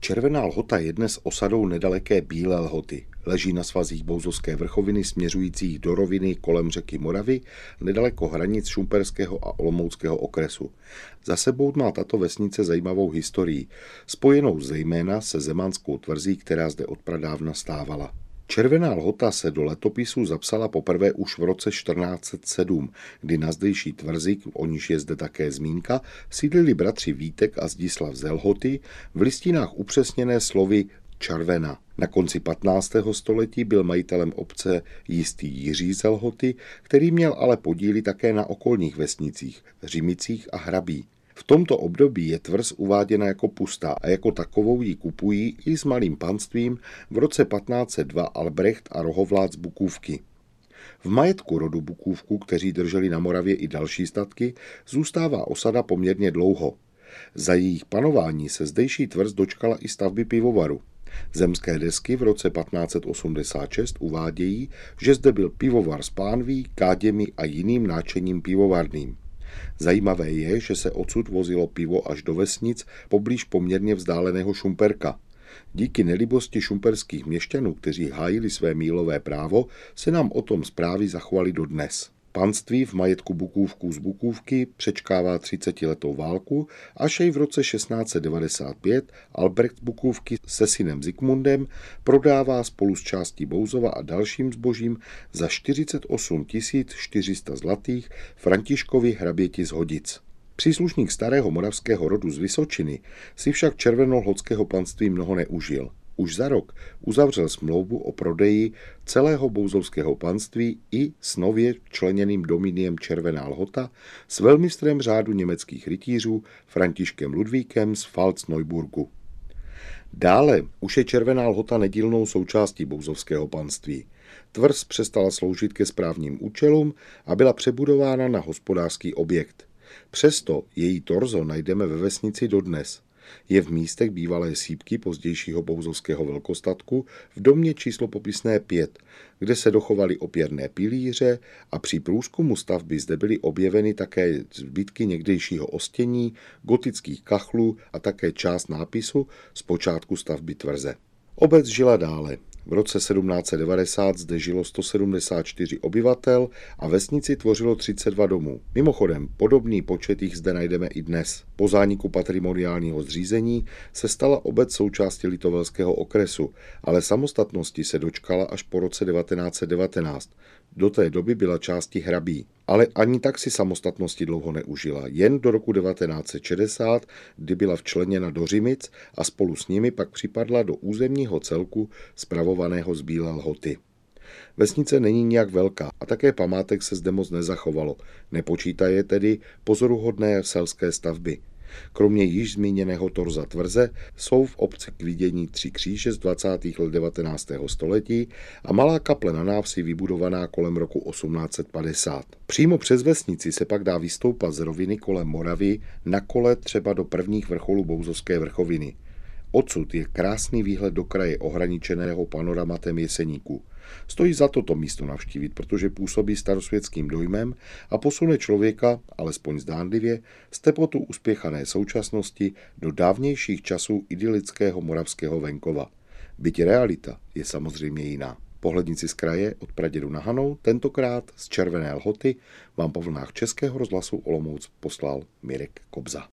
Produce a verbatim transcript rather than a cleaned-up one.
Červená Lhota je dnes osadou nedaleké Bílé Lhoty. Leží na svazích Bouzovské vrchoviny směřujících do roviny kolem řeky Moravy, nedaleko hranic Šumperského a Olomouckého okresu. Za sebou má tato vesnice zajímavou historii, spojenou zejména se zemanskou tvrzí, která zde odpradávna stávala. Červená Lhota se do letopisů zapsala poprvé už v roce čtrnáct set sedm, kdy na zdejší tvrzi, o níž je zde také zmínka, sídlili bratři Vítek a Zdislav z Lhoty, v listinách upřesněné slovy Červena. Na konci patnáctého století byl majitelem obce jistý Jiří z Lhoty, který měl ale podíly také na okolních vesnicích, Řimicích a Hrabí. V tomto období je tvrz uváděna jako pustá a jako takovou ji kupují i s malým panstvím v roce patnáct set dva Albrecht a Rohovlát z Bukůvky. V majetku rodu Bukůvků, kteří drželi na Moravě i další statky, zůstává osada poměrně dlouho. Za jejich panování se zdejší tvrz dočkala i stavby pivovaru. Zemské desky v roce patnáct set osmdesát šest uvádějí, že zde byl pivovar s pánví, káděmi a jiným náčením pivovarným. Zajímavé je, že se odsud vozilo pivo až do vesnic poblíž poměrně vzdáleného Šumperka. Díky nelibosti šumperských měšťanů, kteří hájili své mýlové právo, se nám o tom zprávy zachovaly dodnes. Panství v majetku Bukůvků z Bukůvky přečkává třicetiletou válku, až jej v roce šestnáct set devadesát pět Albrecht z Bukůvky se synem Zikmundem prodává spolu s částí Bouzova a dalším zbožím za čtyřicet osm tisíc čtyři sta zlatých Františkovi hraběti z Hodic. Příslušník starého moravského rodu z Vysočiny si však červenolhotského panství mnoho neužil. Už za rok uzavřel smlouvu o prodeji celého bouzovského panství i s nově členěným dominiem Červená Lhota s velmistrem řádu německých rytířů Františkem Ludvíkem z Pfalz-Neuburgu. Dále už je Červená Lhota nedílnou součástí bouzovského panství. Tvrz přestala sloužit ke správním účelům a byla přebudována na hospodářský objekt. Přesto její torzo najdeme ve vesnici dodnes. Je v místech bývalé sýpky pozdějšího bouzovského velkostatku v domě číslo popisné pět, kde se dochovaly opěrné pilíře a při průzkumu stavby zde byly objeveny také zbytky někdejšího ostění, gotických kachlů a také část nápisu z počátku stavby tvrze. Obec žila dále. V roce sedmnáct set devadesát zde žilo sto sedmdesát čtyři obyvatel a vesnici tvořilo třicet dva domů. Mimochodem, podobný počet jich zde najdeme i dnes. Po zániku patrimoniálního zřízení se stala obec součástí Litovelského okresu, ale samostatnosti se dočkala až po roce devatenáct set devatenáct. Do té doby byla částí Hrabí. Ale ani tak si samostatnosti dlouho neužila, jen do roku devatenáct set šedesát, kdy byla včleněna do Řimic a spolu s nimi pak připadla do územního celku spravovaného z Bílé Lhoty. Vesnice není nijak velká a také památek se zde moc nezachovalo, nepočítaje tedy pozoruhodné selské stavby. Kromě již zmíněného torza tvrze jsou v obci k vidění tři kříže z dvacátých let devatenáctého století a malá kaple na návsi vybudovaná kolem roku osmnáct set padesát. Přímo přes vesnici se pak dá vystoupat z roviny kolem Moravy na kole třeba do prvních vrcholů Bouzovské vrchoviny. Odsud je krásný výhled do kraje ohraničeného panoramatem Jeseníků. Stojí za to to místo navštívit, protože působí starosvětským dojmem a posune člověka, alespoň zdánlivě, z tepotu uspěchané současnosti do dávnějších časů idylického moravského venkova. Byť realita je samozřejmě jiná. Pohlednici z kraje od pradědu na Hanou, tentokrát z Červené Lhoty, vám po vlnách Českého rozhlasu Olomouc poslal Mirek Kobza.